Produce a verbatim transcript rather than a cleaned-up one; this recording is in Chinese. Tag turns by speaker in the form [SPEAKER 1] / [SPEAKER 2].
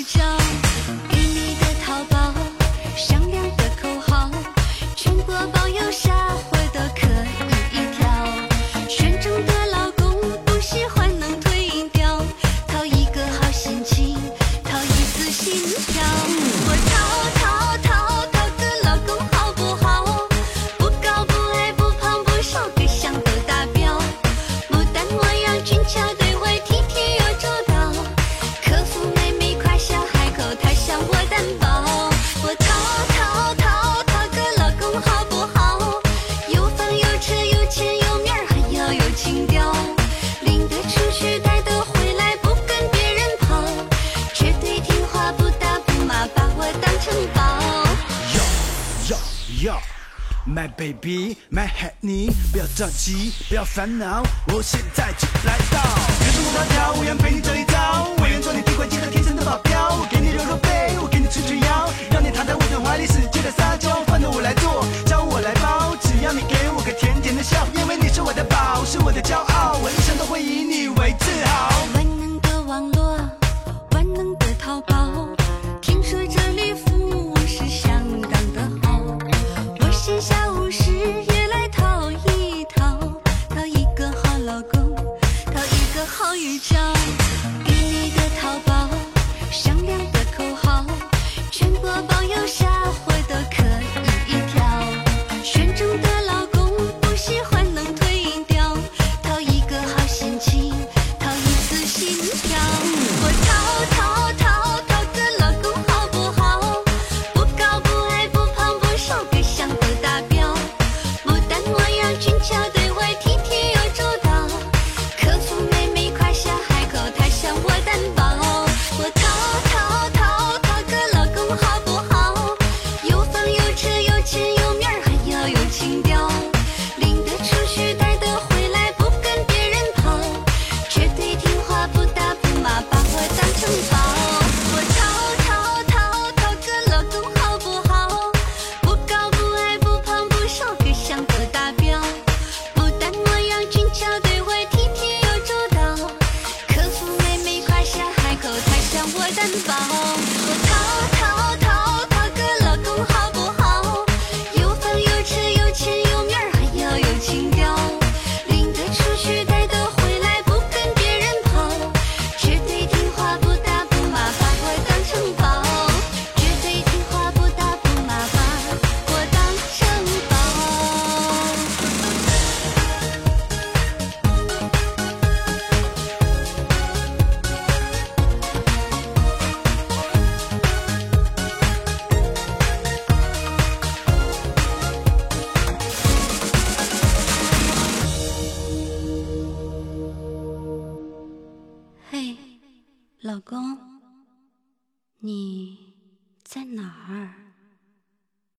[SPEAKER 1] 张，给你的淘宝响亮的口号，全国包邮下回都可以调。选中的老公不喜欢能退掉，讨一个好心情，讨一次心跳。我讨讨讨讨个老公好不好？不高不矮不胖不瘦，各项都达标。牡丹模样俊俏对我体贴又周到，客服妹妹夸笑海口，她像我担保。我讨讨讨讨个老公好不好？有房有车有钱有面儿，还要有情调，领得出去带得回来，不跟别人跑，绝对听话不打不骂，把我当成宝。
[SPEAKER 2] Yo yo yo my baby my honey， 不要着急不要烦恼，我现在就来到。人生路迢迢，我愿陪你走一遭，我愿做你提款机和贴身的保镖。我给你揉揉背，我给你捶捶腰，让你躺在我的怀里，世界的撒娇，饭都我来做，家务我来包，只要你给我个甜甜的笑，因为你是我的宝，是我的骄傲，我一生都会以你为自豪。
[SPEAKER 1] 万能的网络，万能的淘宝，听说这里服务是相当的好。我闲暇无事也来淘一淘，淘一个好老公，淘一个好预兆。给你的淘宝响亮的口号，全国包邮下回都可以调。选中的老公不喜欢能退掉，讨一个好心情，讨一次心跳。我讨讨讨讨个老公好不好？不高不矮不胖不瘦，各项都达标。牡丹模样俊俏对我体贴又周到，客服妹妹夸笑海口，她像我担保。我讨讨讨讨个老公好不好？有房有车有钱有面儿，还要有情调，领得出去带得回来，不跟别人跑，绝对听话不打不骂，把我当成宝。我讨讨讨讨个老公好不好？不高不矮不胖不瘦，各项都达标。牡丹模样俊俏对我体贴又周到，客服妹妹夸笑海口，她像我担保。我讨讨讨讨个老公好不好？有房有车有钱有面儿，还要有情调，领得出去带得回来，不跟别人跑，绝对听话不打不骂，把我当成宝，绝对听话不打不骂，把我当成宝。嘿，老公，你在哪儿？